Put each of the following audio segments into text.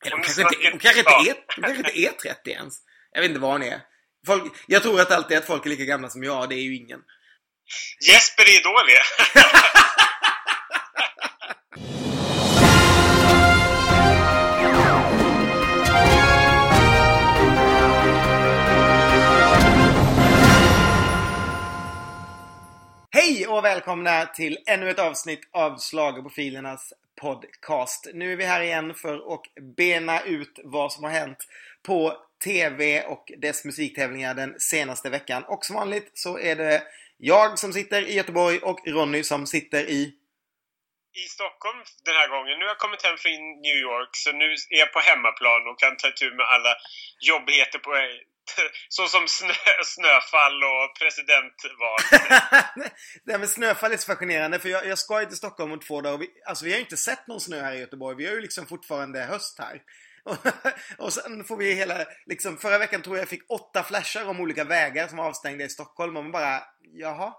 De kanske inte är 30 ens. Jag vet inte vad han är. Jag tror att alltid att folk är lika gamla som jag. Det är ju ingen. Jesper är dålig. Hej och välkomna till ännu ett avsnitt av Schlagerprofilernas podcast. Nu är vi här igen för att bena ut vad som har hänt på tv och dess musiktävlingar den senaste veckan. Och som vanligt så är det jag som sitter i Göteborg och Ronny som sitter i Stockholm den här gången. Nu har jag kommit hem från New York, så nu är jag på hemmaplan och kan ta tur med alla jobbigheter på så som snöfall och presidentval. Det här med snöfall är så fascinerande, för jag ska ju till Stockholm om 2 dagar och vi har ju inte sett någon snö här i Göteborg. Vi har ju liksom fortfarande höst här. Och sen får vi liksom, förra veckan tror jag fick 8 flashar om olika vägar som var avstängda i Stockholm och man bara, jaha.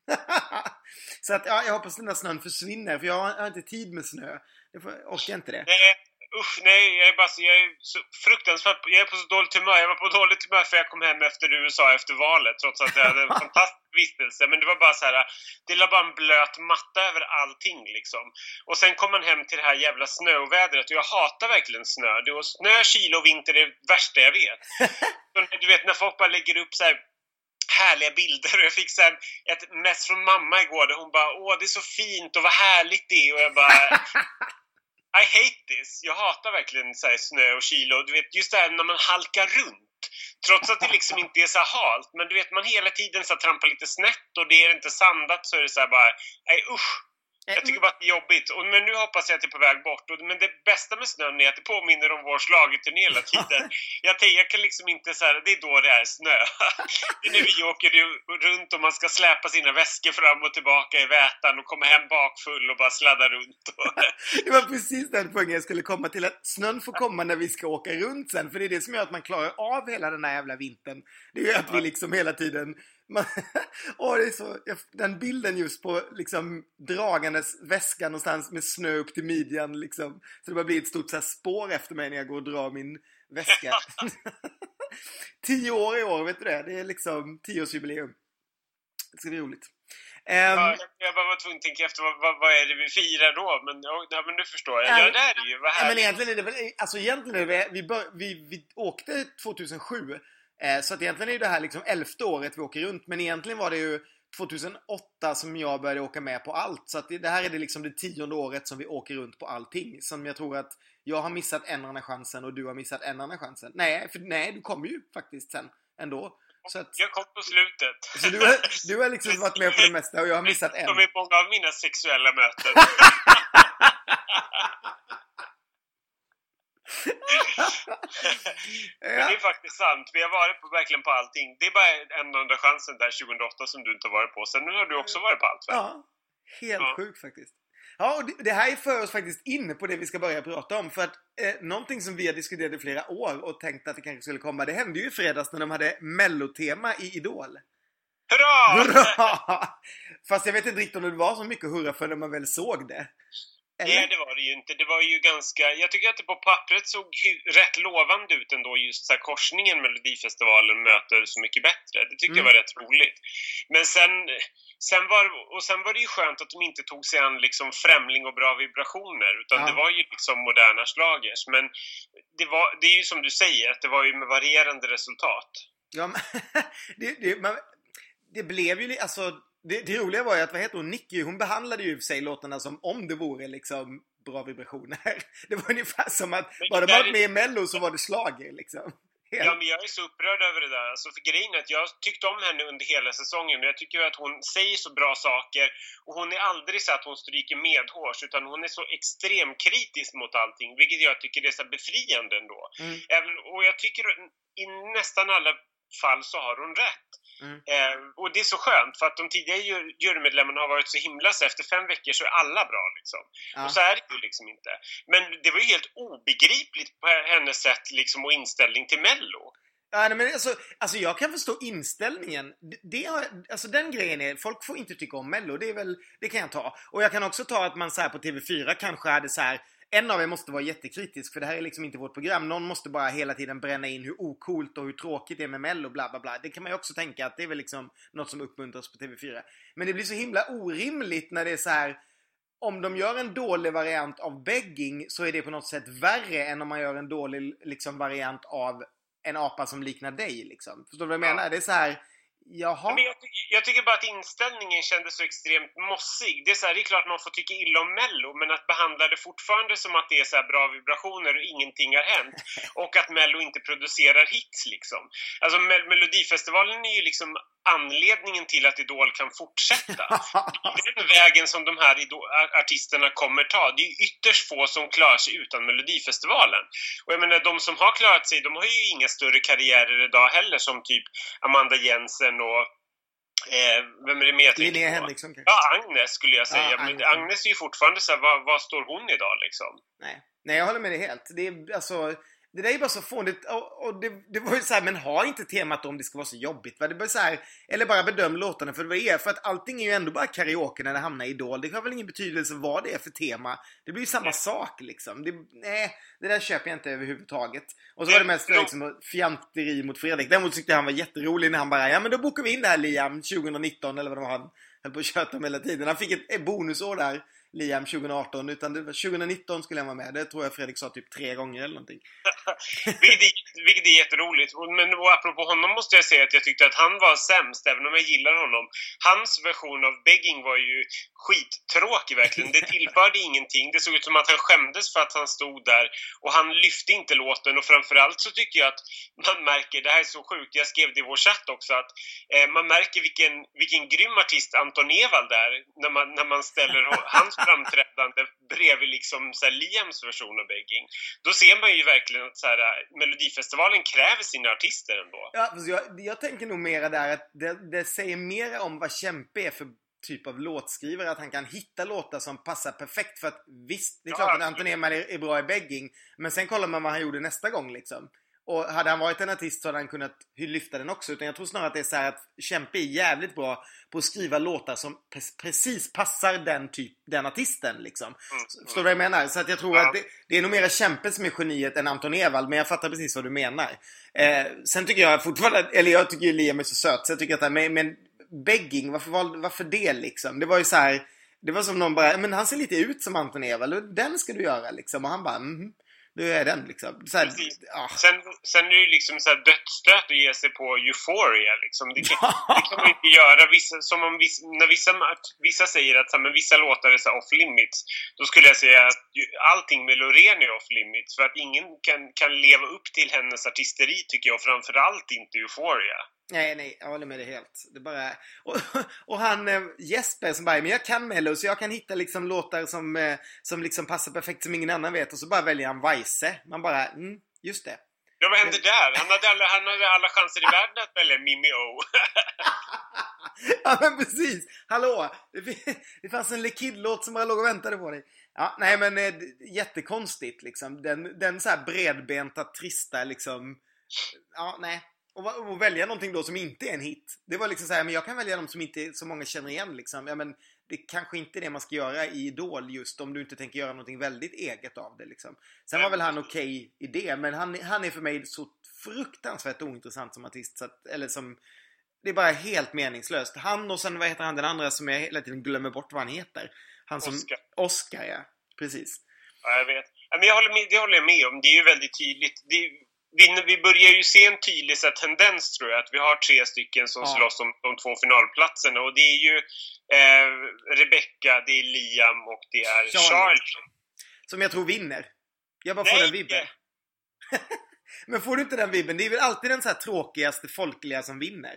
Så att jag hoppas den där snön försvinner, för jag har inte tid med snö. Jag orkar inte det. Nej, jag är så fruktansvärt, jag är på så dåligt humör. Jag var på dåligt humör för jag kom hem efter USA efter valet, trots att jag hade en fantastisk vistelse. Men det var bara så här, det var bara en blöt matta över allting liksom. Och sen kom man hem till det här jävla snövädret och jag hatar verkligen snö. Det var snö, kyla och vinter är det värsta jag vet. Du vet när folk bara lägger upp så här härliga bilder, och jag fick sen ett mess från mamma igår där hon bara, åh det är så fint och vad härligt det är, och jag bara I hate this. Jag hatar verkligen så här, snö och kyla, och du vet just det här när man halkar runt trots att det liksom inte är så halt, men du vet man hela tiden så här, trampar lite snett och det är inte sandat, så är det så här bara, nej usch. Jag tycker bara att det är jobbigt. Men nu hoppas jag att det är på väg bort. Men det bästa med snön är att det påminner om vår schlagerturné hela tiden. Jag kan liksom inte så här, det är då det är snö. Det är när vi åker runt och man ska släpa sina väskor fram och tillbaka i vätan och komma hem bakfull och bara sladda runt. Det var precis den poängen jag skulle komma till, att snön får komma när vi ska åka runt sen. För det är det som gör att man klarar av hela den här jävla vintern. Det är ju att vi liksom hela tiden... det är så, den bilden just på liksom dragandes väskan någonstans med snö upp till midjan liksom, så det bara blir ett stort så här spår efter mig när jag går och drar min väska. 10 år i år, vet du det? Det är liksom 10-årsjubileum. Det ska bli roligt. Jag bara var tvungen att tänka efter vad är det vi firar då, men nu förstår jag. Ja, det är ju, vad härligt. Men egentligen är det väl, alltså egentligen är det, vi åkte 2007. Så att egentligen är det här liksom 11:e året vi åker runt. Men egentligen var det ju 2008 som jag började åka med på allt. Så att det här är det liksom det 10:e året som vi åker runt på allting. Som jag tror att jag har missat en andra chansen och du har missat en andra chansen. Nej, du kommer ju faktiskt sen ändå. Så att, jag kom på slutet. Så du har liksom varit med på det mesta och jag har missat en. Som är många av mina sexuella möten. Men det är faktiskt sant. Vi har varit verkligen på allting. Det är bara en andra chansen där 2008 som du inte har varit på. Sen nu har du också varit på allt. Ja, helt sjukt faktiskt. Ja, och det här för oss faktiskt in på det vi ska börja prata om. För att någonting som vi har diskuterat i flera år och tänkt att det kanske skulle komma, det hände ju i fredags när de hade mellotema i Idol. Hurra! Hurra! Fast jag vet inte riktigt om det var så mycket hurra för när man väl såg det. Eller? Nej, det var det ju inte. Det var ju ganska... Jag tycker att det på pappret såg rätt lovande ut ändå. Just så här, korsningen med Melodifestivalen möter Så mycket bättre. Det tyckte jag var rätt roligt. Men sen var det ju skönt att de inte tog sig an liksom främling och bra vibrationer. Utan det var ju liksom moderna schlagers. Men det är ju som du säger, att det var ju med varierande resultat. Ja, men det blev ju... Alltså, det roliga var ju att, vad heter hon, Nicky, hon behandlade ju sig låtarna som om det vore liksom bra vibrationer. Det var ungefär som att bara de var med i Mello så var det slager liksom. Helt. Ja, men jag är så upprörd över det där. Alltså, för grejen är att jag tyckte om henne under hela säsongen. Och jag tycker att hon säger så bra saker. Och hon är aldrig så att hon stryker medhårs. Utan hon är så extremt kritisk mot allting. Vilket jag tycker är så befriande ändå. Och jag tycker i nästan alla fall så har hon rätt. Och det är så skönt, för att de tidigare jurymedlemmarna har varit så himla, så efter 5 veckor så är alla bra liksom. Och så är det ju liksom inte. Men det var ju helt obegripligt på hennes sätt liksom, och inställning till Mello. Ja, men alltså jag kan förstå inställningen. Alltså den grejen är, folk får inte tycka om Mello. Det kan jag ta. Och jag kan också ta att man så här på TV4 kanske hade så här en av er måste vara jättekritisk, för det här är liksom inte vårt program. Någon måste bara hela tiden bränna in hur ocoolt och hur tråkigt det är med Mello, bla bla bla. Det kan man ju också tänka att det är väl liksom något som uppmuntras på TV4. Men det blir så himla orimligt när det är så här: om de gör en dålig variant av begging så är det på något sätt värre än om man gör en dålig liksom variant av en apa som liknar dig liksom. Förstår du vad jag menar? Det är så här, jaha. Men jag tycker bara att inställningen kändes så extremt mossig. Det är så här, det är klart man får tycka illa om Mello, men att behandla det fortfarande som att det är så här bra vibrationer och ingenting har hänt. Och att Mello inte producerar hits liksom. Alltså Melodifestivalen är ju liksom anledningen till att Idol kan fortsätta. Den vägen som de här artisterna kommer ta. Det är ytterst få som klarar sig utan Melodifestivalen. Och jag menar, de som har klarat sig, de har ju inga större karriärer idag heller, som typ Amanda Jensen och vem är det mer? Linnea Henriksson kanske. Ja, Agnes skulle jag säga. Men Agnes är ju fortfarande så här, vad står hon idag liksom? Nej, jag håller med dig helt. Det är alltså, det där är bara så fånigt. Och det var ju så här, men ha inte temat om det ska vara så jobbigt. Va? Det var så här, eller bara bedöm låtarna för vad det är. För att allting är ju ändå bara karaoke när det hamnar i Idol. Det har väl ingen betydelse vad det är för tema. Det blir ju samma sak liksom. Det där köper jag inte överhuvudtaget. Och så var det mest liksom fjanteri mot Fredrik. Däremot tyckte jag han var jätterolig när han bara, ja men då bokar vi in det här Liam 2019 eller vad det var han höll på att köta om hela tiden. Han fick ett bonusår där, Liam 2018, utan det var 2019 skulle han vara med. Det tror jag Fredrik sa typ 3 gånger eller någonting. Vilket är jätteroligt. Men apropå honom måste jag säga att jag tyckte att han var sämst, även om jag gillar honom. Hans version av begging var ju skittråkig verkligen. Det tillförde ingenting. Det såg ut som att han skämdes för att han stod där. Och han lyfte inte låten. Och framförallt så tycker jag att man märker, det här är så sjukt, jag skrev det i vår chatt också, att man märker vilken grym artist Anton Ewald är när man ställer hans framträdande bredvid liksom så här Liams version av begging. Då ser man ju verkligen att så här, Melodifestivalen kräver sina artister ändå. Ja, jag tänker nog mera där att det säger mer om vad Kämpe är för typ av låtskrivare, att han kan hitta låtar som passar perfekt. För att visst, det är klart att Anton Ewald är bra i begging, men sen kollar man vad han gjorde nästa gång liksom. Och hade han varit en artist så hade han kunnat lyfta den också. Utan jag tror snarare att det är så här att Kämpe är jävligt bra på att skriva låtar som precis passar den artisten liksom. Förstår du vad jag menar? Så att jag tror att det är nog mer Kämpe som är geniet än Anton Ewald. Men jag fattar precis vad du menar. Sen tycker jag fortfarande, eller jag tycker ju Liam är så söt, så jag tycker att men begging, varför det liksom? Det var ju så här, det var som någon bara, men han ser lite ut som Anton Ewald och den ska du göra liksom. Och han bara, då är den liksom. Så här, sen är det ju liksom så här dödsstöt att ge sig på Euphoria liksom. Det kan man inte göra. När vissa säger att så här, men vissa låtar är så här off limits, då skulle jag säga att allting med Loreen är off limits, för att ingen kan leva upp till hennes artisteri tycker jag, och framförallt inte Euphoria. Nej, jag håller med dig helt. Det bara, och han Jesper som bara, men jag kan Mello så jag kan hitta liksom låtar som liksom passar perfekt som ingen annan vet, och så bara väljer han Weise. Man bara, just det. Ja, vad hände där? Han hade alla chanser i världen att välja Mimi O. Ja, men precis. Hallå, det fanns en Lekid-låt som bara låg och väntade på dig. Ja, nej men jättekonstigt liksom. Den så här bredbenta, trista liksom. Ja, nej. Och välja någonting då som inte är en hit. Det var liksom så här, men jag kan välja dem som inte så många känner igen liksom. Ja, men det kanske inte är det man ska göra i Idol, just om du inte tänker göra någonting väldigt eget av det liksom. Sen var väl han okej i det, men han är för mig så fruktansvärt ointressant som artist, så att, eller som, det är bara helt meningslöst. Han, och sen vad heter han den andra som jag hela tiden glömmer bort vad han heter. Han som Oscar, ja. Precis. Ja, jag vet. Men det håller jag med om. Det är ju väldigt tydligt. Vi börjar ju se en tydlig tendens, tror jag, att vi har 3 stycken som slåss om de 2 finalplatserna, och det är ju Rebecca, det är Liam och det är Charlie. Som jag tror vinner. Jag bara får den vibben. Men får du inte den vibben? Det är väl alltid den så här tråkigaste folkliga som vinner.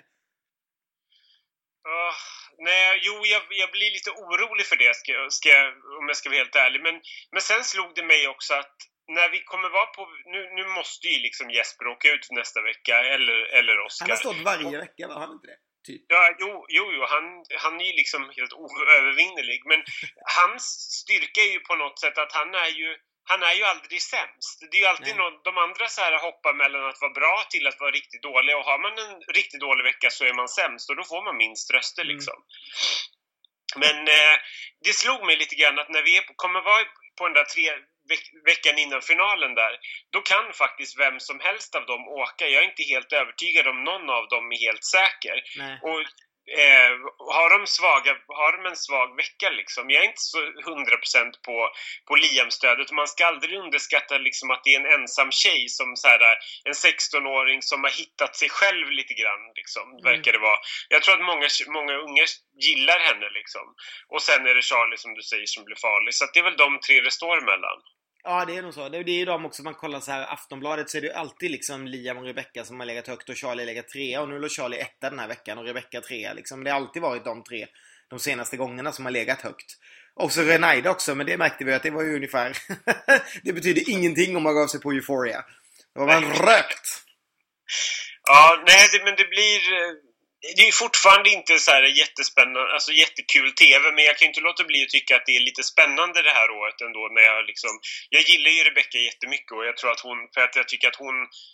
Nej, jag blir lite orolig för det, om jag ska vara helt ärlig. Men sen slog det mig också att när vi kommer vara på, nu måste ju liksom Jesper åka ut nästa vecka, eller Oscar. Han har stått varje vecka, var han inte det? Typ. Ja, jo, han är ju liksom helt oövervinnerlig. Men hans styrka är ju på något sätt att han är ju aldrig sämst. Det är ju alltid de andra så här hoppar mellan att vara bra till att vara riktigt dålig. Och har man en riktigt dålig vecka så är man sämst, och då får man minst röster liksom. Men det slog mig lite grann att när vi kommer vara på den där veckan innan finalen där, då kan faktiskt vem som helst av dem åka. Jag är inte helt övertygad om någon av dem är helt säker. Nej. Och har de en svag vecka liksom. Jag är inte så 100% på Liam-stödet. Man ska aldrig underskatta liksom att det är en ensam tjej som så här, en 16-åring som har hittat sig själv lite grann liksom, verkar det vara. Jag tror att många unga gillar henne liksom. Och sen är det Charlie som du säger som blir farlig. Så att det är väl de tre det står emellan. Ja, det är nog så. Det är ju de också, man kollar så här Aftonbladet, så är det ju alltid liksom Liam och Rebecca som har legat högt och Charlie har legat 3, och nu låg Charlie 1 den här veckan och Rebecca 3 liksom. Det har alltid varit de tre de senaste gångerna som har legat högt. Och så Renaida också, men det märkte vi att det var ju ungefär det betyder ingenting om man gav sig på Euphoria. Det var man rökt. Ja, nej, men det blir... Det är fortfarande inte så här jättespännande, alltså jättekul tv, men jag kan inte låta bli att tycka att det är lite spännande det här året ändå, när jag gillar ju Rebecca jättemycket, och jag tror att jag tycker att hon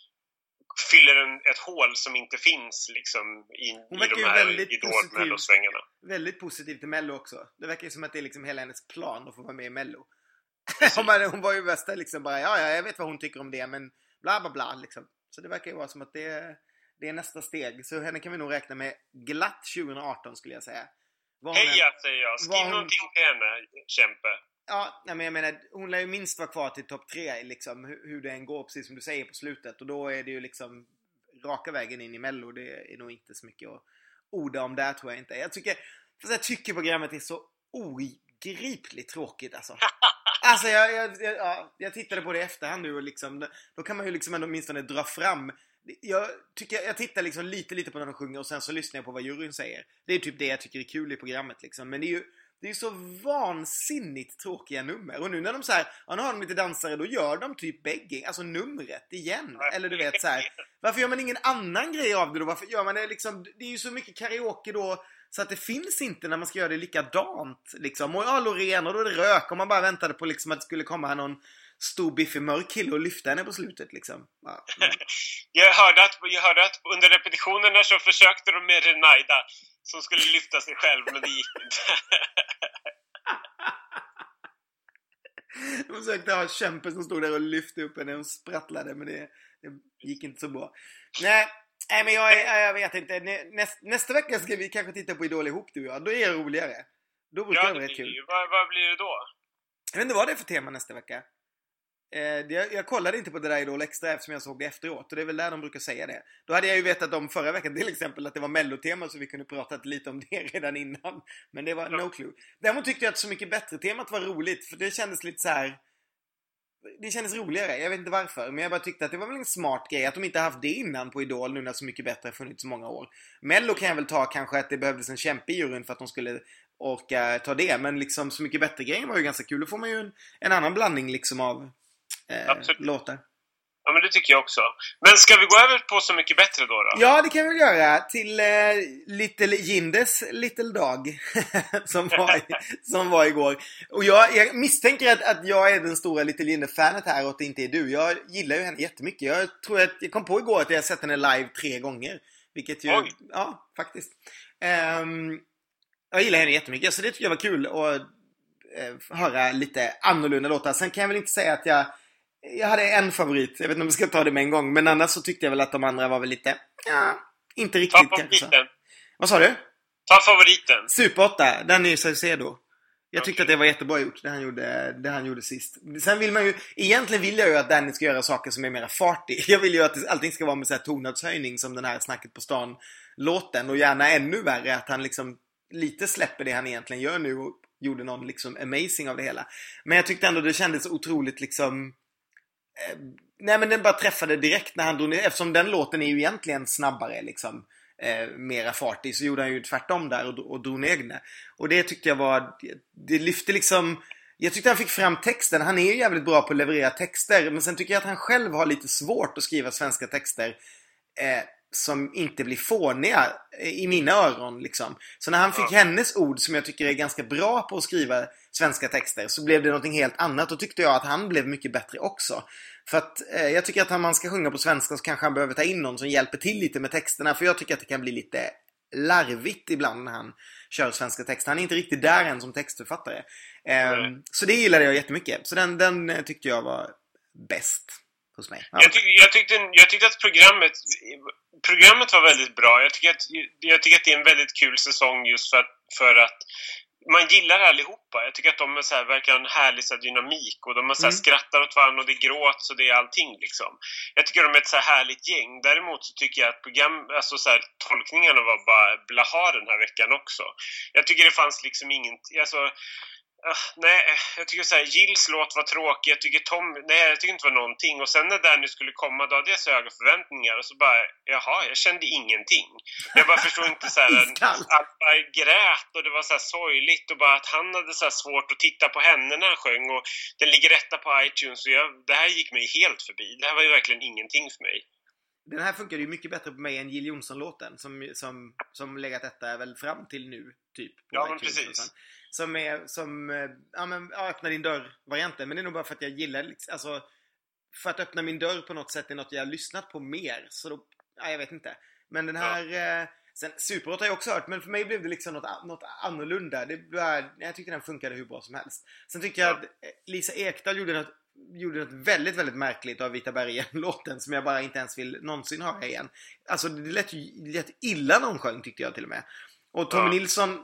fyller ett hål som inte finns liksom i de här Idol-mellosvängarna. Väldigt positiv till Mello också. Det verkar ju som att det är liksom hela hennes plan att få vara med i Mello. Hon var ju värsta liksom bara, ja, jag vet vad hon tycker om det, men bla bla bla liksom. Så det verkar ju vara som att det är nästa steg. Så henne kan vi nog räkna med glatt 2018 skulle jag säga. Heja, säger jag. Skriv någonting till henne, kämpe. Ja, men jag menar, hon lär ju minst vara kvar till topp 3 liksom, hur det än går, precis som du säger på slutet. Och då är det ju liksom raka vägen in i Mello. Det är nog inte så mycket att orda om där, tror jag inte. Jag tycker programmet är så ogripligt tråkigt alltså. Alltså jag tittade på det i efterhand nu och liksom, då kan man ju liksom ändå åtminstone dra fram. Jag tittar liksom lite på när de sjunger, och sen så lyssnar jag på vad juryn säger. Det är typ det jag tycker är kul i programmet liksom. Men det är ju så vansinnigt tråkiga nummer. Och nu när de så här, nu har de lite dansare, då gör de typ begging, alltså numret igen. Eller du vet så här, varför gör man ingen annan grej av det då? Varför gör man det liksom, det är ju så mycket karaoke då, så att det finns inte när man ska göra det likadant liksom. Och Loreen, och då är det rök, och man bara väntade på liksom att det skulle komma någon stor biffig mörk kille och lyfta henne på slutet liksom. Ja. Jag hörde att under repetitionerna så försökte de med Renaida som skulle lyfta sig själv, men det gick inte. De försökte ha kämpe som stod där och lyfte upp henne och sprattlade, men det gick inte så bra. Nej, men jag vet inte. Nästa vecka ska vi kanske titta på Idol ihop, du och jag. Då är det roligare. Då brukar det vara rätt kul. Vad blir det då? Jag vet inte vad det är för tema nästa vecka. Jag kollade inte på det där Idol extra eftersom jag såg det efteråt, och det är väl där de brukar säga det. Då hade jag ju vetat om förra veckan till exempel att det var mellotema, så vi kunde prata lite om det redan innan. Men det var no clue. Däremot tyckte jag att Så mycket bättre temat var roligt, för det kändes lite så här. Det kändes roligare, jag vet inte varför, men jag bara tyckte att det var väl en smart grej att de inte haft det innan på Idol, nu när Så mycket bättre har funnits så många år. Mello kan jag väl ta kanske att det behövdes en kämpe i juryn för att de skulle orka ta det, men liksom Så mycket bättre grejen var ju ganska kul. Då får man ju en annan blandning liksom av låtar. Ja, men det tycker jag också. Men ska vi gå över på Så mycket bättre då? Ja, det kan vi göra. Till Little Jindes Little Dog som var igår. Och jag misstänker att jag är den stora Little Jinde-fanet här och att det inte är du. Jag gillar ju henne jättemycket. Jag tror att jag kom på igår att jag har sett henne live 3 gånger. Vilket ju... Oj. Ja, faktiskt. Jag gillar henne jättemycket. Så det tycker jag var kul att höra lite annorlunda låtar. Sen kan jag väl inte säga att jag hade en favorit. Jag vet inte om vi ska ta det med en gång. Men annars så tyckte jag väl att de andra var väl lite... Ja, inte riktigt kanske. Vad sa du? Ta favoriten. Super 8, Danny Saucedo. Jag tyckte att det var jättebra gjort, det han gjorde sist. Sen vill man ju... Egentligen vill jag ju att Danny ska göra saker som är mera farty. Jag vill ju att allting ska vara med så här tonartshöjning som den här Snacket på stan-låten. Och gärna ännu värre att han liksom lite släpper det han egentligen gör nu och gjorde någon liksom amazing av det hela. Men jag tyckte ändå det kändes otroligt liksom... Nej, men den bara träffade direkt när han drog ner. Eftersom den låten är ju egentligen snabbare liksom, mera fartig, så gjorde han ju tvärtom där och drog ner den. Och det tyckte jag var... Det lyfte liksom... Jag tyckte han fick fram texten. Han är ju jävligt bra på att leverera texter, men sen tycker jag att han själv har lite svårt att skriva svenska texter som inte blir fåniga i mina öron liksom. Så när han fick hennes ord, som jag tycker är ganska bra på att skriva svenska texter, så blev det någonting helt annat. Och tyckte jag att han blev mycket bättre också. För att jag tycker att om man ska sjunga på svenska så kanske han behöver ta in någon som hjälper till lite med texterna. För jag tycker att det kan bli lite larvigt ibland när han kör svenska texter. Han är inte riktigt där än som textförfattare. Så det gillade jag jättemycket. Så den tyckte jag var bäst hos mig. Ja. Jag tyckte att programmet var väldigt bra. Jag tycker att det är en väldigt kul säsong just för att man gillar allihopa. Jag tycker att de är så här, verkar en härlig så här, dynamik. Och de är så här, skrattar åt varandra och det gråts och det är allting liksom. Jag tycker de är ett så här härligt gäng. Däremot så tycker jag att alltså så här, tolkningarna var bara blaha den här veckan också. Jag tycker det fanns liksom inget... Alltså, nej, jag tycker så här, Gills låt var tråkig. Jag tycker jag tycker inte det var någonting. Och sen när Danny skulle komma, då hade jag så höga förväntningar. Och så bara, jag kände ingenting. Jag bara förstod inte så här, att bara grät och det var så här sorgligt. Och bara att han hade så här svårt att titta på henne när han sjöng. Och den ligger rätta på iTunes. Och det här gick mig helt förbi. Det här var ju verkligen ingenting för mig. Den här funkar ju mycket bättre på mig än Jill Johnson-låten som legat detta väl fram till nu typ. Ja, men precis. Som öppna din dörr-varianten. Men det är nog bara för att jag gillar alltså, för att öppna min dörr på något sätt är något jag har lyssnat på mer. Så då, jag vet inte. Men den här sen Superhot har jag också hört. Men för mig blev det liksom något annorlunda. Jag tyckte den funkade hur bra som helst. Sen tycker jag att Lisa Ekdahl gjorde något väldigt, väldigt märkligt av Vita bergen-låten som jag bara inte ens vill någonsin höra igen. Alltså det lät illa någon sjöng tyckte jag till och med. Och Tommy Nilsson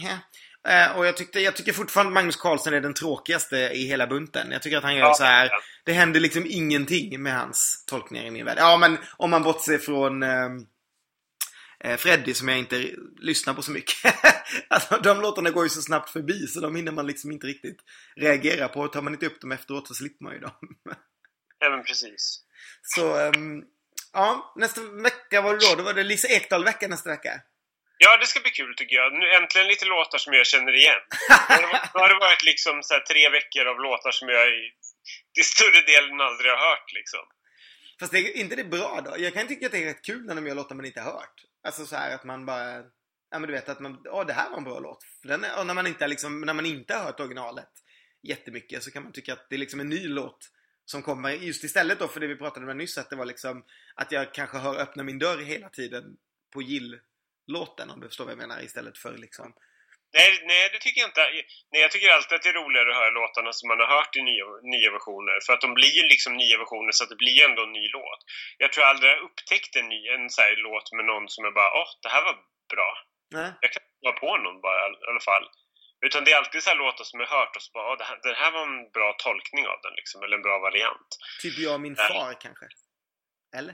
och jag tycker fortfarande Magnus Carlsen är den tråkigaste i hela bunten. Jag tycker att han gör så här. Det händer liksom ingenting med hans tolkningar i min värld. Ja, men om man bortser från Freddy som jag inte lyssnar på så mycket. Alltså, de låtarna går ju så snabbt förbi så de hinner man liksom inte riktigt reagera på. Tar man inte upp dem efteråt så slipper man ju dem. Ja, men precis. Så, nästa vecka var det då. Då var det Lisa Ekdahl-vecka nästa vecka. Ja, det ska bli kul tycker jag. Nu äntligen lite låtar som jag känner igen. Nu har det varit liksom så här 3 veckor av låtar som jag till större delen aldrig har hört liksom. Fast det är inte det bra då? Jag kan tycka att det är rätt kul när de gör låtar man inte har hört. Alltså så här att man bara... Ja men du vet att man... det här var en bra låt. Och när man inte har hört originalet jättemycket så kan man tycka att det är liksom en ny låt som kommer just istället då för det vi pratade om nyss. Att det var liksom... Att jag kanske hör öppna min dörr hela tiden på Jill-låten om du förstår vad jag menar. Istället för liksom... Nej, det tycker jag inte. Nej, jag tycker alltid att det är roligare att höra låtarna som man har hört i nya versioner. För att de blir ju liksom nya versioner så att det blir ändå en ny låt. Jag tror aldrig jag upptäckt en så här låt med någon som är bara, det här var bra. Nej. Jag kan inte vara på någon bara i alla fall. Utan det är alltid så här låtar som jag har hört och så bara, det här var en bra tolkning av den liksom, eller en bra variant. Typ jag och min far kanske. Eller?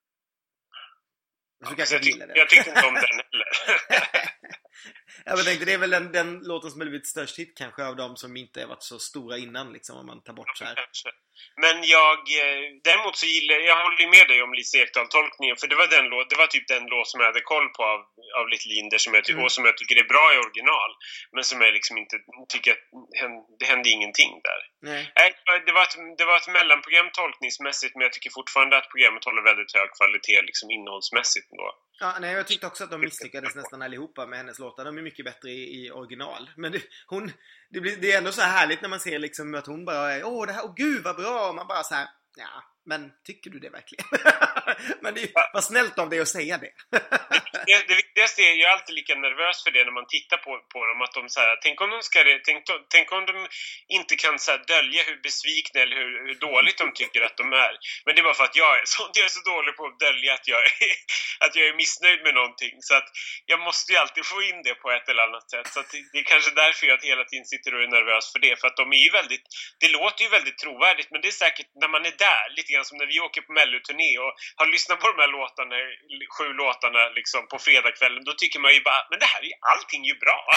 Jag tyckte inte om den heller. Jag tänkte det är väl den låten som har blivit störst hit kanske av dem som inte har varit så stora innan liksom om man tar bort så här. Men däremot så jag håller med dig om Lisa Ekdahl-tolkningen för det var typ den låt som jag hade koll på av Little Jinder och som jag tycker är bra i original men som jag liksom inte tycker att det hände ingenting där. Nej. Det var ett mellanprogram tolkningsmässigt men jag tycker fortfarande att programmet håller väldigt hög kvalitet liksom innehållsmässigt ändå. Ja, nej, jag tyckte också att de misslyckades nästan allihopa med hennes låtar. De är mycket bättre i original. Men det är ändå så här härligt när man ser liksom att hon bara är, det här, gud vad bra. Och man bara så här, ja, men tycker du det verkligen? Men det var snällt av dig att säga det. Det viktigaste är jag alltid lika nervös för det när man tittar på dem. Att de så här, tänk om de inte kan så här, dölja hur besvikna eller hur dåligt de tycker att de är. Men det är bara för att jag är så dålig på att dölja att jag är missnöjd med någonting. Så att jag måste ju alltid få in det på ett eller annat sätt. Så att det är kanske därför jag hela tiden sitter och är nervös för det. För att de är ju det låter ju väldigt trovärdigt. Men det är säkert när man är där, lite grann som när vi åker på Mello-turné och har lyssnat på de här låtarna, 7 låtarna liksom på fredagskvällen, då tycker man ju bara, men det här är ju allting ju bra.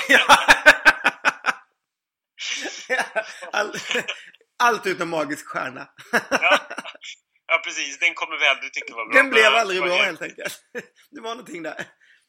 Allt utom Magisk stjärna. Ja, precis. Den kommer vi aldrig tycka var bra. Den blev aldrig bra helt enkelt. Det var någonting där.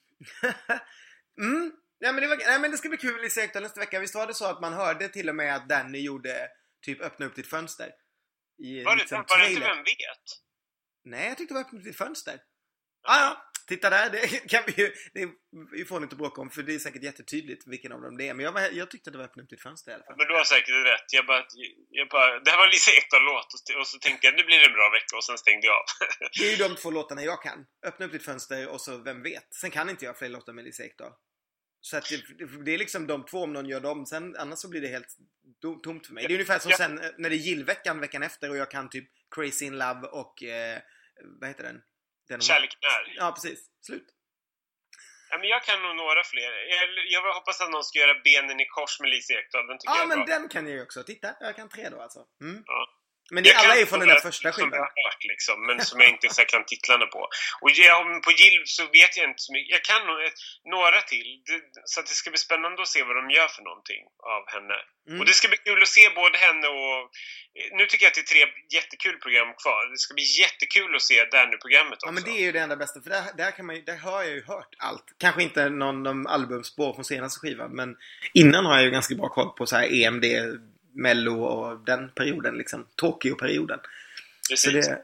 Nej, men det ska bli kul i Sektorn nästa vecka. Visst var det så att man hörde till och med att Danny gjorde typ öppna upp ditt fönster? Var det inte Vem vet? Nej, jag tyckte det var öppna upp ditt fönster. titta där, det kan vi får inte bråka om, för det är säkert jättetydligt vilken av dem det är. Men jag tyckte det var öppnat upp ditt fönster i alla fall. Men du har säkert rätt. Jag bara, det här var en Lisa Ekdahl-låt och så tänkte jag, nu blir det en bra vecka och sen stängde jag av. Det är ju de 2 låtarna jag kan. Öppna upp ditt fönster och så Vem vet. Sen kan inte jag fler låtar med Lisa Ekdahl. Så att det är liksom de 2 om någon gör dem. Sen annars så blir det helt tomt för mig. Det är ungefär som sen när det är Gillveckan veckan efter och jag kan typ Crazy in Love och vad heter den? Kärleken är. Ja, precis. Slut. Ja, men jag kan nog några fler. Jag hoppas att någon ska göra Benen i kors med Lisa Ekdahl. Den tycker jag är men bra. Den kan jag ju också. Titta, jag kan 3 då alltså. Ja. Men det alla är från den där första skivan. Som jag har hört liksom, men som jag inte så kan titlarna på. Och på Jill så vet jag inte så mycket. Jag kan nog några till. Så att det ska bli spännande att se vad de gör för någonting av henne. Och det ska bli kul att se både henne och... Nu tycker jag att det är 3 jättekul program kvar. Det ska bli jättekul att se där nu programmet också. Ja, men det är ju det enda bästa. För där har jag ju hört allt. Kanske inte någon albumspår från senaste skivan. Men innan har jag ju ganska bra koll på så här EMD... Mello och den perioden liksom. Tokyo-perioden. Precis. Så det,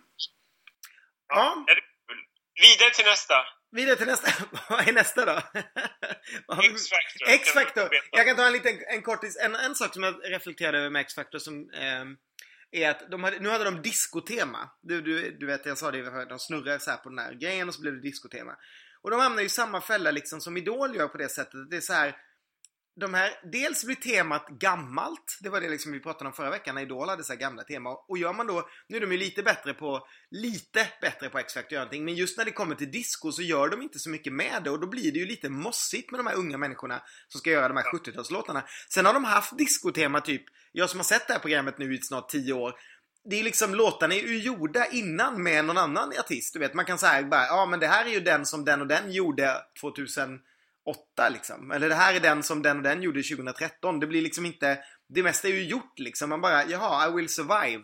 Ja. Vidare till nästa. Vad är nästa då? X-Factor. X-Factor. Jag kan ta en kortis. En sak som jag reflekterade över med X-Factor som är att nu hade de diskotema. Du vet, jag sa det, de snurrade så här på den här grejen och så blev det diskotema. Och de hamnar ju i samma fälla liksom som Idol gör på det sättet. Det är så här, dels blir temat gammalt. Det var det liksom vi pratade om förra veckan när Idol hade så här gamla tema. Och gör man då, nu är de ju lite bättre på X-Factor gör någonting. Men just när det kommer till disco så gör de inte så mycket med det. Och då blir det ju lite mossigt med de här unga människorna som ska göra de här 70-talslåtarna. Sen har de haft discotema typ, jag som har sett det här programmet nu i snart 10 år. Det är liksom, låtarna är ju gjorda innan med någon annan artist. Du vet, man kan säga bara, ja men det här är ju den som den och den gjorde 2008 liksom. Eller det här är den som den och den gjorde 2013. Det blir liksom inte, det mesta är ju gjort liksom. Man bara, jaha, I will survive.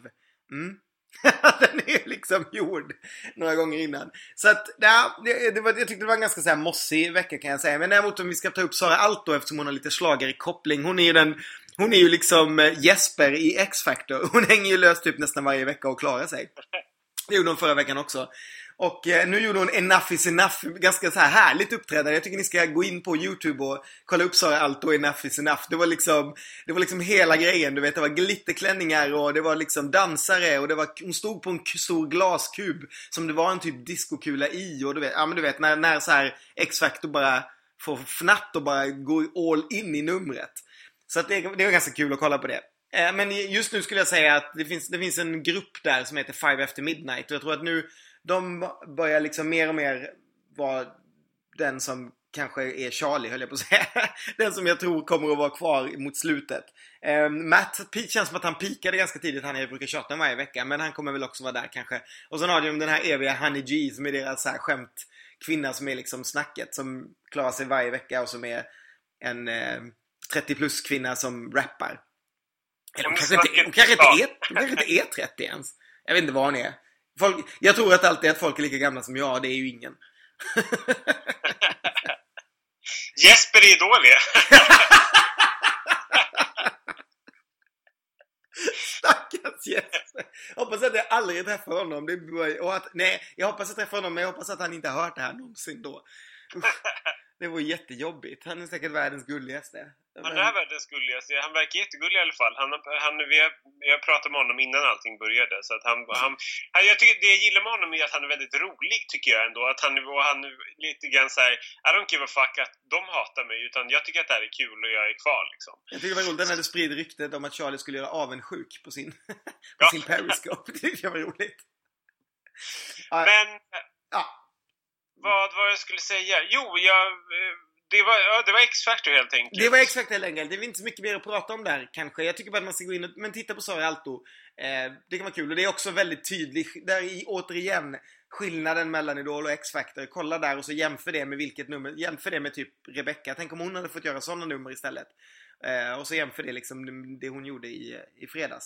Den är liksom gjord några gånger innan. Så att, jag tyckte det var en ganska så här mossig vecka kan jag säga. Men däremot om vi ska ta upp Sara Alto eftersom hon har lite slagare i koppling. Hon är ju liksom Jesper i X-Factor. Hon hänger ju löst typ nästan varje vecka och klarar sig. Det gjorde hon förra veckan också. Och nu gjorde hon Enough is enough. Ganska så här härligt uppträdande. Jag tycker ni ska gå in på YouTube och kolla upp Sara Alto och Enough is enough. Det var liksom hela grejen. Du vet, det var glitterklänningar och det var liksom dansare. Och hon stod på en stor glaskub som det var en typ diskokula i. Och du vet när så här X-Factor bara får fnatt och bara går all in i numret. Så att det var ganska kul att kolla på det. Men just nu skulle jag säga att det finns en grupp där som heter Five After Midnight. Och jag tror att nu de börjar liksom mer och mer vara den som kanske är Charlie, höll jag på att säga. Den som jag tror kommer att vara kvar mot slutet. Matt känns som att han pikade ganska tidigt. Jag brukar tjata varje vecka. Men han kommer väl också vara där kanske. Och sen har de den här eviga Honey G som är deras så här skämtkvinna som är liksom snacket. Som klarar sig varje vecka och som är en 30 plus kvinna som rappar. Hon kanske inte är 30 ens. Jag vet inte vad hon är. Jag tror att alltid att folk är lika gamla som jag. Det är ju ingen. Jesper är dålig. Stackars Jesper. Jag hoppas att jag aldrig träffar honom. Jag hoppas att jag träffar honom. Men jag hoppas att han inte har hört det här någonsin då. Det var jättejobbigt. Han är säkert världens gulligaste. Han är världens gulligaste. Han verkar jättegullig i alla fall. Jag pratade med honom innan allting började. Så att jag tycker, det jag gillar med honom är att han är väldigt rolig, tycker jag ändå. Att han är lite grann så här, I don't give a fuck att de hatar mig. Utan jag tycker att det här är kul och jag är kvar liksom. Jag tycker det var roligt när du sprider ryktet om att Charlie skulle göra avundsjuk på sin Periscope. Det tycker jag var roligt. Men... Ja. Vad var jag skulle säga? Jo, det var X-Factor helt enkelt. Det var X-Factor helt enkelt. Det är inte så mycket mer att prata om där kanske. Jag tycker bara att man ska gå in men titta på Sara Alto. Det kan vara kul. Och det är också väldigt tydligt. Där är återigen skillnaden mellan Idol och X-Factor. Kolla där och så jämför det med vilket nummer. Jämför det med typ Rebecca. Tänk om hon hade fått göra sådana nummer istället. Och så jämför det liksom det hon gjorde i fredags.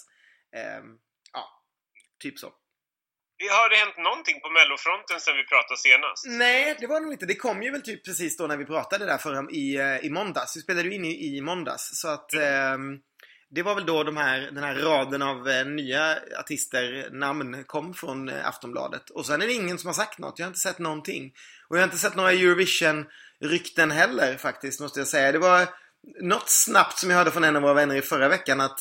Typ så. Har det hänt någonting på Mellofronten sen vi pratade senast? Nej, det var nog inte. Det kom ju väl typ precis då när vi pratade där i måndags. Vi spelade ju in i måndags. Så att Det var väl då den här raden av nya artister namn kom från Aftonbladet. Och sen är det ingen som har sagt något. Jag har inte sett någonting. Och jag har inte sett några Eurovision-rykten heller faktiskt, måste jag säga. Det var något snabbt som jag hörde från en av våra vänner i förra veckan att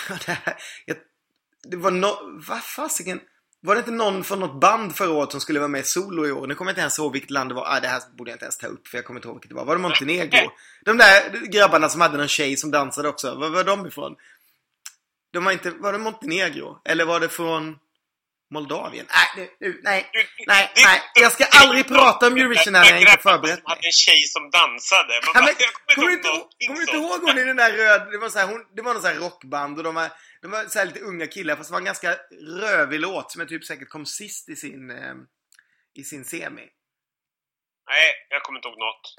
det var vad fasiken. Var det inte någon från något band förra året som skulle vara med solo i år? Nu kommer jag inte ens ihåg vilket land det var. Det här borde jag inte ens ta upp, för jag kommer inte ihåg vilket det var. Var det Montenegro? De där grabbarna som hade någon tjej som dansade också. Var var de ifrån? De var inte... Var det Montenegro? Eller var det från Moldavien? Nej. Jag ska aldrig prata om Eurovision när jag inte förberett mig. hade en tjej som dansade. Kommer du inte ihåg hon i den där röd... Det var någon sån här rockband och de var så här lite unga killar, fast det var en ganska rövig låt som jag typ säkert kom sist i sin semi. Nej, jag kommer inte ihåg något.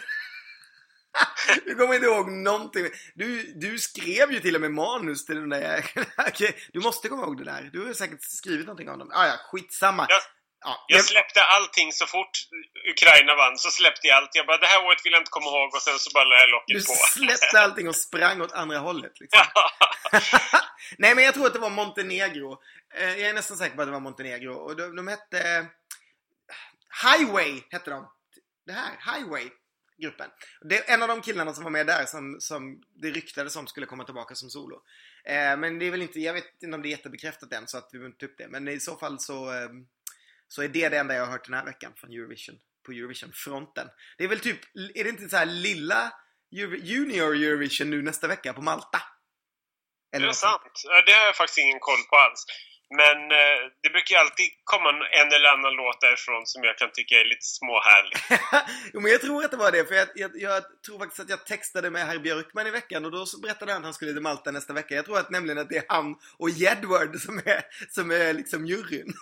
Du kommer inte ihåg någonting. Du skrev ju till och med manus till den där. Du måste komma ihåg det där. Du har säkert skrivit någonting om dem. Ja, skitsamma. Jag släppte allting så fort Ukraina vann. Så släppte jag allt. Jag bara, det här året vill jag inte komma ihåg. Och sen så bara lade jag locket på. Du släppte allting och sprang åt andra hållet liksom. Nej, men jag tror att det var Montenegro. Jag är nästan säker på att det var Montenegro. Och de hette Highway hette de. Det här, Highway-gruppen. Det är en av de killarna som var med där som det ryktades som skulle komma tillbaka som solo. Men det är väl inte, jag vet inte om det är jättebekräftat än, så att vi behöver inte upp det. Men i så fall så är det enda jag har hört den här veckan från Eurovision, på Eurovision-fronten. Det är väl typ, är det inte så här lilla Junior Eurovision nu nästa vecka på Malta? Eller det är sant. Det har jag faktiskt ingen koll på alls. Men det brukar alltid komma en eller annan låt därifrån som jag kan tycka är lite småhärlig. Jo, men jag tror att det var det. För jag tror faktiskt att jag textade med herr Björkman i veckan. Och då så berättade han att han skulle till Malta nästa vecka. Jag tror att nämligen att det är han och Jedward som är liksom juryn.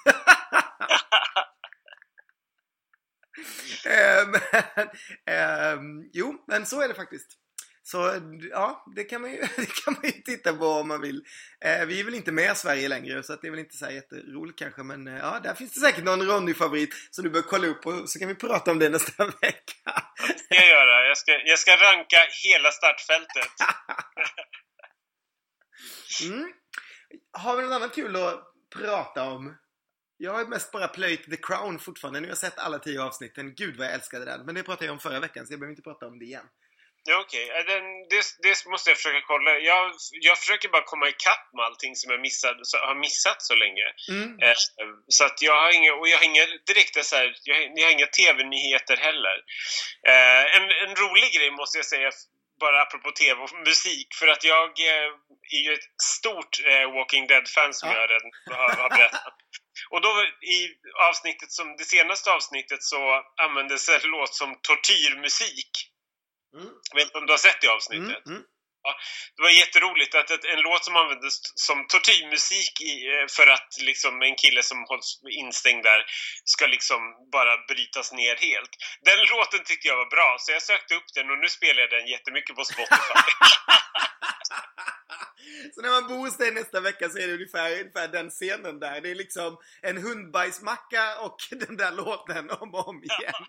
Jo, men så är det faktiskt. Så ja, det kan man ju titta på om man vill. Vi är väl inte med i Sverige längre, så att det är väl inte så här jätteroligt kanske. Men ja, där finns det säkert någon Ronny-favorit som du bör kolla upp på, så kan vi prata om det nästa vecka. Det ska jag göra. Jag ska ranka hela startfältet. Har vi något annat kul att prata om? Jag har mest bara plöjt The Crown fortfarande. Nu har jag sett alla 10 avsnitten. Gud vad jag älskade den. Men det pratade jag om förra veckan, så jag behöver inte prata om det igen. Ja, okej. Det måste jag försöka kolla. Jag försöker bara komma ikapp med allting som jag har missat så länge. Så att jag har inga direkta så här, jag har inga tv-nyheter heller. En rolig grej måste jag säga, bara apropå tv och musik, för att jag är ju ett stort Walking Dead-fan som jag redan har berättat. Och då i det senaste avsnittet så användes en låt som tortyrmusik. Jag vet inte om du har sett det avsnittet. Ja, det var jätteroligt att en låt som användes som tortyrmusik för att liksom en kille som hålls instängd där ska liksom bara brytas ner helt. Den låten tyckte jag var bra, så jag sökte upp den och nu spelar jag den jättemycket på Spotify. Så när man bor hos dig nästa vecka så är det ungefär den scenen där. Det är liksom en hundbajsmacka och den där låten om och om igen.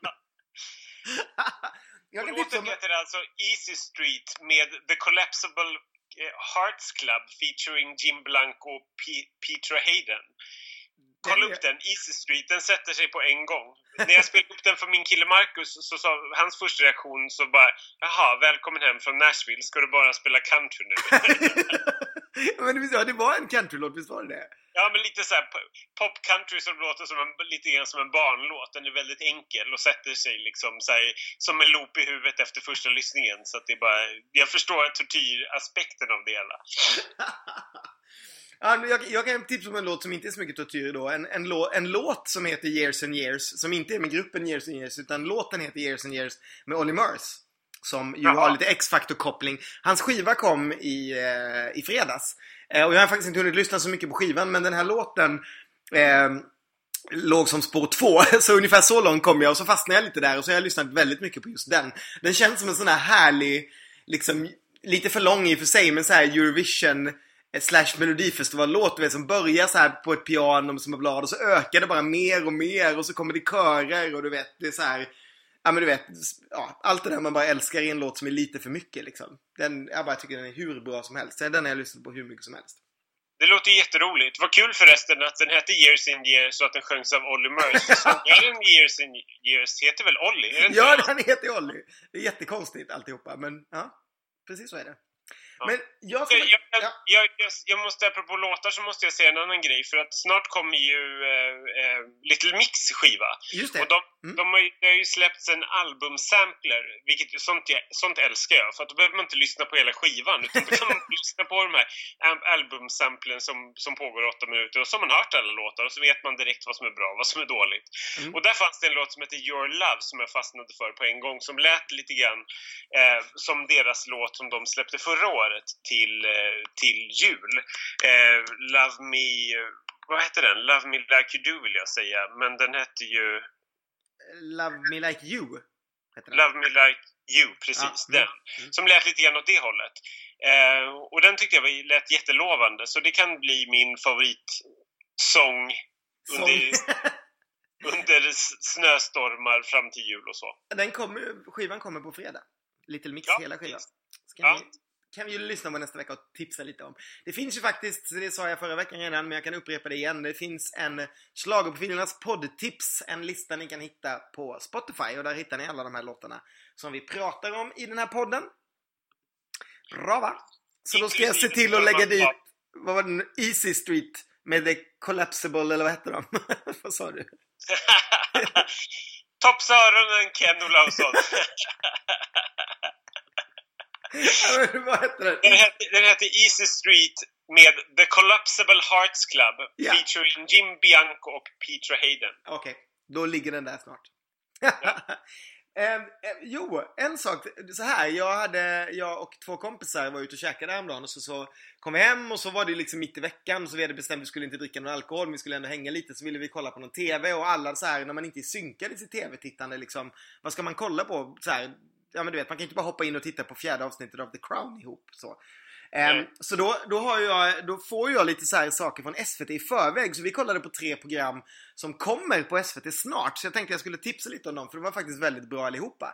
Låten heter alltså Easy Street med The Collapsible Hearts Club featuring Jim Blanco och Petra Hayden. Kolla upp den, Easy Street, den sätter sig på en gång. När jag spelade upp den för min kille Marcus så sa hans första reaktion så bara, jaha, välkommen hem från Nashville, ska du bara spela country nu? Men det var en countrylåt, visst var det? Ja, men lite så här pop-country som låter lite grann som en barnlåt. Den är väldigt enkel och sätter sig liksom så här, som en loop i huvudet efter första lyssningen. Så att det är bara, jag förstår tortyraspekten av det hela. Ja, jag kan tipsa om en låt som inte är så mycket tortyr då. En låt som heter Years and Years, som inte är med gruppen Years and Years, utan låten heter Years and Years med Olly Murs, som ju har lite X-Factor-koppling. Hans skiva kom i fredags. Och jag har faktiskt inte hunnit lyssna så mycket på skivan, men den här låten låg som spår 2. Så ungefär så långt kom jag, och så fastnade jag lite där, och så har jag lyssnat väldigt mycket på just den. Den känns som en sån här härlig, liksom, lite för lång i och för sig, men så här Eurovision / Melodifestival-låt, du vet, som börjar så här på ett piano som är blad, och så ökar det bara mer och mer, och så kommer det körer, och du vet, det är så här. ja men du vet, allt det där man bara älskar i en låt som är lite för mycket liksom. Jag bara tycker den är hur bra som helst. Den har jag lyssnat på hur mycket som helst. Det låter jätteroligt. Vad kul förresten att den hette Years in Years så att den sjöngs av Olly Murs. Sångaren Years in Years heter väl Olly? Ja, den heter Olly. Det är jättekonstigt alltihopa, men ja, precis så är det. Ja. Men jag måste, apropå låtar så måste jag säga en annan grej. För att snart kommer ju Little Mix skiva. Just det. Och de har ju släppts en albumsampler. Vilket sånt älskar jag. För att då behöver man inte lyssna på hela skivan. Utan då kan man lyssna på de här albumsamplen som pågår 8 minuter. Och så har man hört alla låtar. Och så vet man direkt vad som är bra och vad som är dåligt. Och där fanns det en låt som heter Your Love. Som jag fastnade för på en gång. Som lät lite grann som deras låt som de släppte förra året. Till jul. Love Me, vad heter den? Love Me Like You Do vill jag säga. Men den heter ju Love Me Like You heter den. Love Me Like You, precis. Den. Som lät lite grann åt det hållet. Och den tyckte jag lät jättelovande. Så det kan bli min favoritsång under snöstormar fram till jul och så. Skivan kommer på fredag. Little Mix hela skivan. Kan vi ju lyssna på nästa vecka och tipsa lite om. Det finns ju faktiskt, det sa jag förra veckan redan, men jag kan upprepa det igen. Det finns en Schlagerprofilernas poddtips, en lista ni kan hitta på Spotify. Och där hittar ni alla de här låtarna som vi pratar om i den här podden. Bra va? Så då ska jag se till att lägga dit, vad var den? Easy Street med The Collapsible, eller vad heter de? Vad sa du? Toppsöronen Ken Olausson. Vad heter den? Den heter Easy Street med The Collapsible Hearts Club, featuring Jim Bianco och Petra Hayden. Okej, då ligger den där snart. En sak så här, jag och 2 kompisar var ute och käkade häromdagen och så kom vi hem och så var det liksom mitt i veckan så vi hade bestämt att vi skulle inte dricka någon alkohol men vi skulle ändå hänga lite, så ville vi kolla på någon tv och alla så här, när man inte är synkad i sitt tv-tittande liksom, vad ska man kolla på så här, ja men du vet, man kan inte bara hoppa in och titta på 4:e avsnittet av The Crown ihop så. Så då får jag lite så här saker från SVT i förväg. Så vi kollade på 3 program som kommer på SVT snart. Så jag tänkte jag skulle tipsa lite om dem, för de var faktiskt väldigt bra allihopa.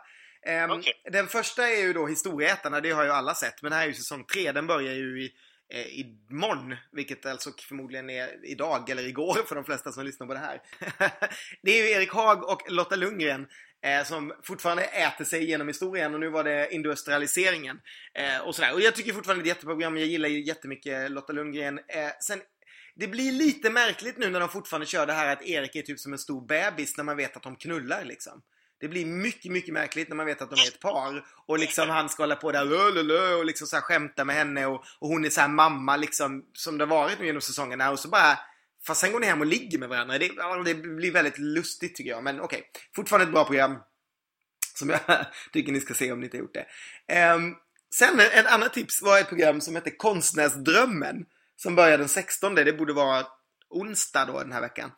Den första är ju då Historieätarna, det har ju alla sett. Men det här är ju säsong 3, den börjar ju imorgon, vilket alltså förmodligen är idag eller igår för de flesta som lyssnar på det här. Det är ju Erik Haag och Lotta Lundgren som fortfarande äter sig genom historien, och nu var det industrialiseringen och sådär. Och jag tycker fortfarande det är ett jätteprogram, jag gillar ju jättemycket Lotta Lundgren. Sen, det blir lite märkligt nu när de fortfarande kör det här att Erik är typ som en stor bebis när man vet att de knullar liksom. Det blir mycket, mycket märkligt när man vet att de är ett par. Och liksom han ska hålla på där och liksom så här skämta med henne. Och hon är så här mamma liksom, som det har varit nu genom säsongerna. Och så bara, fast sen går ni hem och ligger med varandra. Det blir väldigt lustigt tycker jag. Men okej, fortfarande ett bra program. Som jag tycker ni ska se om ni inte har gjort det. Sen en annan tips var ett program som heter Konstnärsdrömmen. Som börjar den 16. Det borde vara onsdag då den här veckan.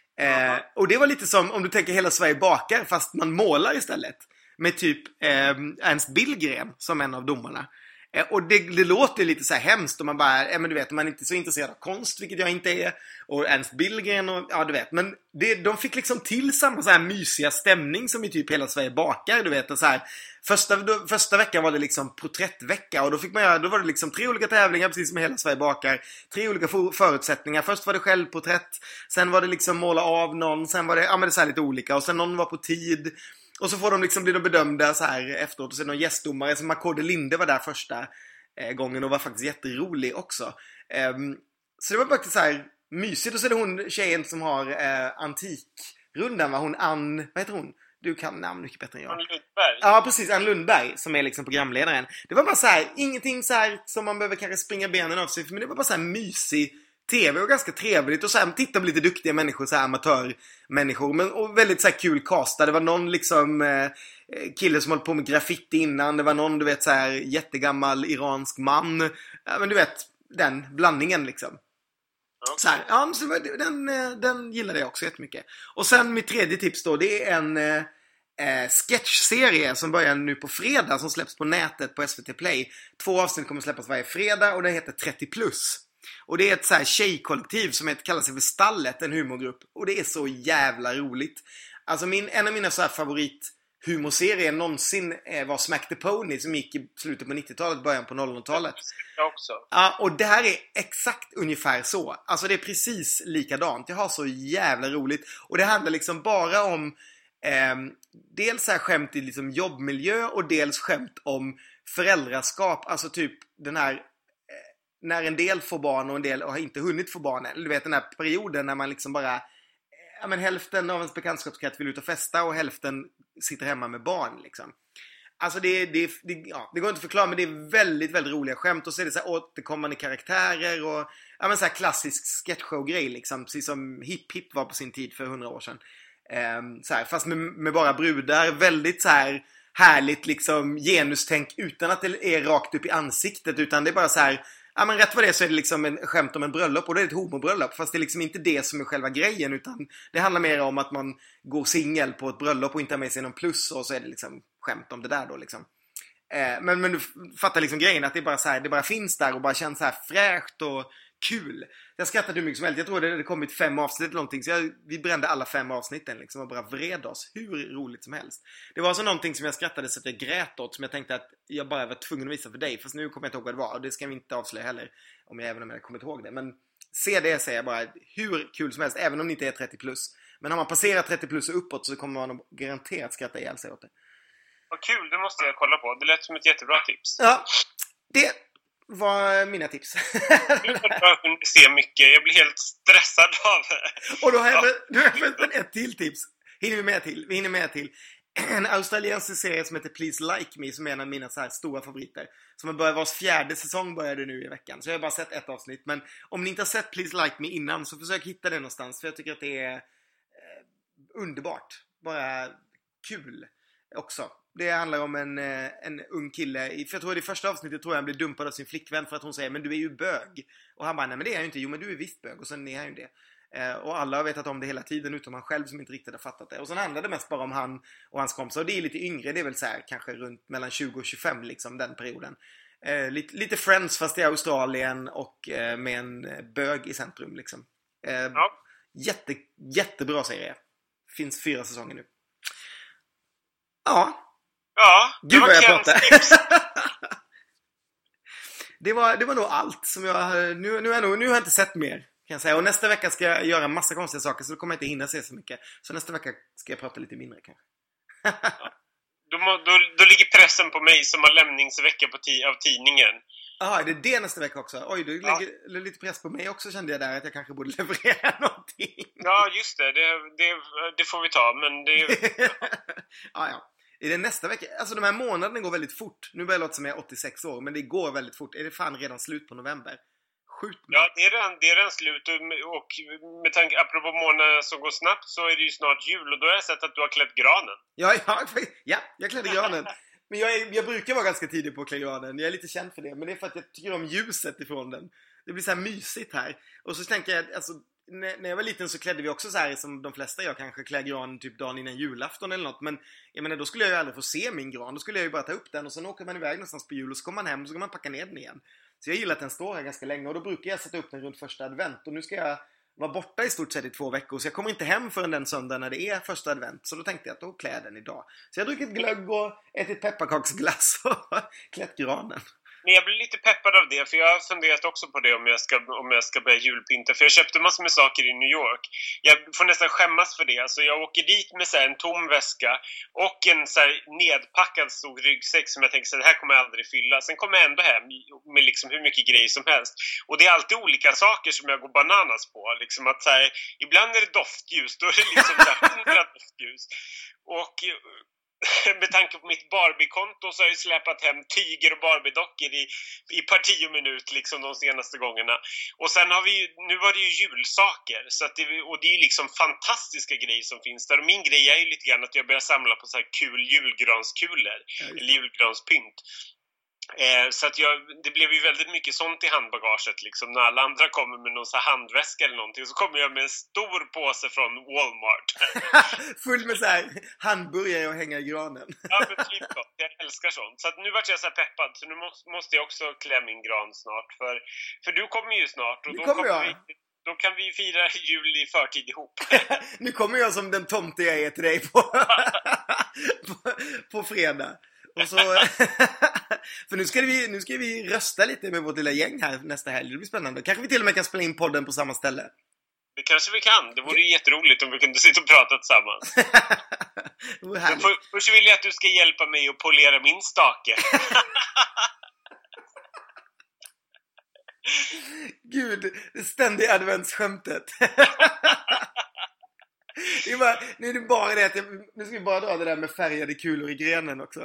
Och det var lite som om du tänker Hela Sverige bakar, fast man målar istället. Med typ Ernst Billgren som en av domarna. Och det låter lite så här hemskt om man bara, men du vet, man är inte så intresserad av konst, vilket jag inte är. Och Ernst Billgren och, ja du vet. Men de fick liksom till samma så här mysiga stämning som i typ Hela Sverige bakar, du vet. Och så här, första veckan var det liksom porträttvecka. Och då var det liksom 3 olika tävlingar, precis som Hela Sverige bakar. 3 olika förutsättningar. Först var det självporträtt. Sen var det liksom måla av någon. Sen var det, ja men det är så här lite olika. Och sen någon var på tid. Och så får de liksom bli bedömda så här efteråt. Och sen någon gästdomare som Makode Linde var där första gången och var faktiskt jätterolig också. Så det var faktiskt så här mysigt. Och så är det hon tjejen som har antikrundan, va? Vad heter hon? Du kan namn mycket bättre än jag. Ann Lundberg. Ja, precis. Ann Lundberg som är liksom programledaren. Det var bara så här, ingenting så här som man behöver kanske springa benen av sig. Men det var bara så här mysig tv och ganska trevligt. Och så här, titta på lite duktiga människor, så här amatörmänniskor. Men, och väldigt så här kul casta. Det var någon liksom kille som höll på med graffiti innan. Det var någon, du vet, så här jättegammal iransk man. Ja, men du vet, den blandningen liksom. Okay. Så här, ja, så den gillade jag också jättemycket. Och sen mitt tredje tips då, det är en sketchserie som börjar nu på fredag, som släpps på nätet på SVT Play. 2 avsnitt kommer släppas varje fredag och det heter 30+. Och det är ett så här tjejkollektiv som kallar sig för Stallet, en humorgrupp. Och det är så jävla roligt. Alltså en av mina så här humorserie någonsin var Smack the Pony som gick i slutet på 90-talet, början på 00-talet. Jag också. Ja, och det här är exakt ungefär så. Alltså det är precis likadant. Jag har så jävla roligt. Och det handlar liksom bara om dels här skämt i liksom jobbmiljö och dels skämt om föräldraskap. Alltså typ den här när en del får barn och en del har inte hunnit få barn. Eller du vet den här perioden när man liksom bara hälften av ens bekantskapskrets vill ut och festa och hälften sitter hemma med barn liksom. Alltså det går inte att förklara, men det är väldigt, väldigt roliga skämt. Och så är det så här återkommande karaktärer och så här klassisk sketchshow-grej liksom. Precis som Hipp Hipp var på sin tid för 100 år sedan. Så här, fast med bara brudar. Väldigt så här härligt liksom genustänk utan att det är rakt upp i ansiktet. Utan det är bara så här, men rätt vad det är så är det liksom en skämt om en bröllop. Och det är ett homobröllop. Fast det är liksom inte det som är själva grejen. Utan det handlar mer om att man går singel på ett bröllop och inte har med sig någon plus. Och så är det liksom skämt om det där då liksom. Men du fattar liksom grejen att det är bara så här, det bara finns där och bara känns så här fräscht och kul. Jag skrattade hur mycket som helst. Jag tror det kommit 5 avsnitt eller någonting. Så vi brände alla 5 avsnitten liksom och bara vred oss hur roligt som helst. Det var så någonting som jag skrattade så att jag grät åt, som jag tänkte att jag bara var tvungen att visa för dig. Fast nu kommer jag inte ihåg vad det var. Och det ska vi inte avslöja heller. Även om jag kommer ihåg det. Men se det, säger jag bara, hur kul som helst. Även om det inte är 30 plus. Men har man passerat 30 plus och uppåt så kommer man garanterat skratta ihjäl sig åt det. Vad kul, det måste jag kolla på. Det lät som ett jättebra tips. Ja, det var mina tips. Jag behöver se mycket. Jag blir helt stressad av det. Och då har jag ett till tips. Hinner vi med till? Vi hinner med till en australiensisk serie som heter Please Like Me, som är en av mina så här stora favoriter. Som har börjat, vars 4:e säsong började nu i veckan. Så jag har bara sett ett avsnitt. Men om ni inte har sett Please Like Me innan, så försök hitta det någonstans. För jag tycker att det är underbart. Bara kul också. Det handlar om en ung kille. För jag tror att i första avsnittet tror jag han blir dumpad av sin flickvän för att hon säger, men du är ju bög. Och han bara, nej men det är jag ju inte. Jo men du är visst bög. Och sen är han ju det. Och alla har vetat om det hela tiden utom han själv som inte riktigt har fattat det. Och sen handlar det mest bara om han och hans kompisar. Och det är lite yngre. Det är väl så här kanske runt mellan 20 och 25 liksom den perioden. Lite Friends fast i Australien och med en bög i centrum liksom. Ja. Jättebra serie. Finns 4 säsonger nu. Ja. Ja, Gud vad jag pratar. det var nog allt som jag... Nu har jag inte sett mer, kan jag säga. Och nästa vecka ska jag göra massa konstiga saker, så då kommer jag inte hinna se så mycket. Så nästa vecka ska jag prata lite mindre kanske. Då ligger pressen på mig som har lämningsvecka av tidningen. Jaha, är det nästa vecka också? Oj, du lägger lite press på mig också, kände jag där. Att jag kanske borde leverera någonting. Ja, just det. Det får vi ta, men det... ja. Är det nästa vecka? Alltså de här månaderna går väldigt fort. Nu börjar jag låta som jag är 86 år, men det går väldigt fort. Är det fan redan slut på november? Skjut mig. Ja, det är redan slut. Och med tanke, apropå månader som går snabbt, så är det ju snart jul. Och då har jag sett att du har klätt granen. Ja, jag klädde granen. Men jag brukar vara ganska tidig på att klä granen. Jag är lite känd för det. Men det är för att jag tycker om ljuset ifrån den. Det blir så här mysigt här. Och så tänker jag, alltså... När jag var liten så klädde vi också så här som de flesta gör, kanske klä granen typ dagen innan julafton eller något. Men jag menar, då skulle jag ju aldrig få se min gran. Då skulle jag ju bara ta upp den och sen åker man iväg någonstans på jul och så kommer man hem och så ska man packa ner den igen. Så jag gillar att den står här ganska länge och då brukar jag sätta upp den runt första advent. Och nu ska jag vara borta i stort sett i 2 veckor, så jag kommer inte hem förrän den söndagen när det är första advent. Så då tänkte jag att då klär jag den idag. Så jag har druckit glögg och ätit pepparkaksglass och klätt granen. Men jag blir lite peppad av det, för jag har funderat också på det om jag ska börja julpynta. För jag köpte massor med saker i New York. Jag får nästan skämmas för det. Alltså jag åker dit med så här en tom väska och en så här nedpackad stor ryggsäck som jag tänker så här, det här kommer jag aldrig fylla. Sen kommer jag ändå hem med liksom hur mycket grejer som helst. Och det är alltid olika saker som jag går bananas på. Liksom att så här, ibland är det doftljus, då är det liksom så här 100 doftljus. Och... med tanke på mitt Barbie-konto så har jag släpat hem tyger och Barbie-dockor i parti och minut liksom de senaste gångerna. Och sen har nu var det ju julsaker, så att och det är ju liksom fantastiska grejer som finns där. Och min grej är ju lite grann att jag börjar samla på så här kul julgranskulor, eller julgranspynt. Så att det blev ju väldigt mycket sånt i handbagaget liksom. När alla andra kommer med någon så här handväska eller någonting, så kommer jag med en stor påse från Walmart. Full med så här hamburgare och hänga i granen. Ja, men typ så. Jag älskar sånt. Så att nu vart jag så här peppad. Så nu måste jag också klä min gran snart. För du kommer ju snart. Och då kan vi fira jul i förtid ihop. Nu kommer jag som den tomte jag är till dig på. på fredag. Och så, för nu ska vi rösta lite med vårt lilla gäng här nästa helg. Det blir spännande. Kanske vi till och med kan spela in podden på samma ställe. Det kanske vi kan. Det vore ju jätteroligt om vi kunde sitta och prata tillsammans. Men först vill jag att du ska hjälpa mig att polera min stake. Gud, det ständiga adventsskämtet. Nu är det bara det att nu ska vi bara dra det där med färgade kulor i grenen också.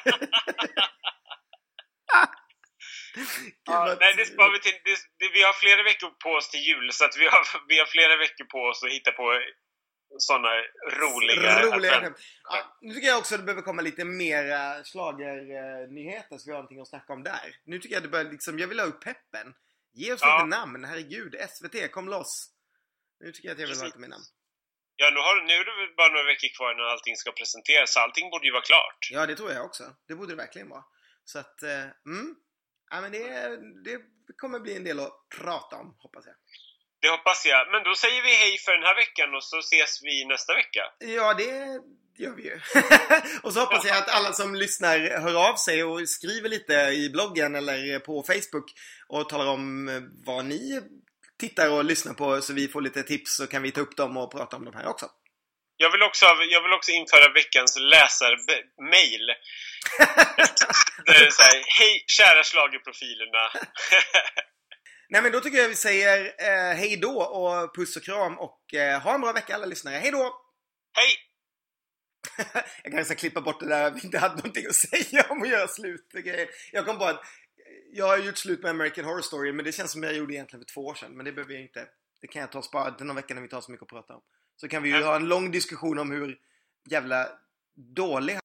Nej, det sparar vi till. Vi har flera veckor på oss till jul, så att vi har flera veckor på oss att hitta på sådana roliga nu tycker jag också att det behöver komma lite mer schlagernyheter, så vi har någonting att snacka om där. Nu tycker jag att det börjar liksom, jag vill ha upp peppen. Ge oss lite namn, herregud. SVT, kom loss. Nu tycker jag att jag vill ha lite mer namn. Ja, nu är det bara några veckor kvar när allting ska presenteras, så allting borde ju vara klart. Ja, det tror jag också. Det borde det verkligen vara. Så att, ja, men det kommer bli en del att prata om, hoppas jag. Det hoppas jag. Men då säger vi hej för den här veckan och så ses vi nästa vecka. Ja, det gör vi ju. Och så hoppas jag att alla som lyssnar hör av sig och skriver lite i bloggen eller på Facebook och talar om vad ni tittar och lyssnar på, så vi får lite tips, så kan vi ta upp dem och prata om de här också. Jag vill också införa veckans läsarmail. Det är så här: hej kära schlagerprofilerna. Nej, men då tycker jag vi säger hej då och puss och kram, och ha en bra vecka alla lyssnare. Hej då! Hej! Jag kanske ska klippa bort det där, vi inte hade någonting att säga om att göra slut. Jag kom på att jag har gjort slut med American Horror Story, men det känns som jag gjorde egentligen för 2 år sedan. Men det behöver jag inte. Det kan jag ta spara till någon vecka när vi tar så mycket att prata om. Så kan vi ju ha en lång diskussion om hur jävla dålig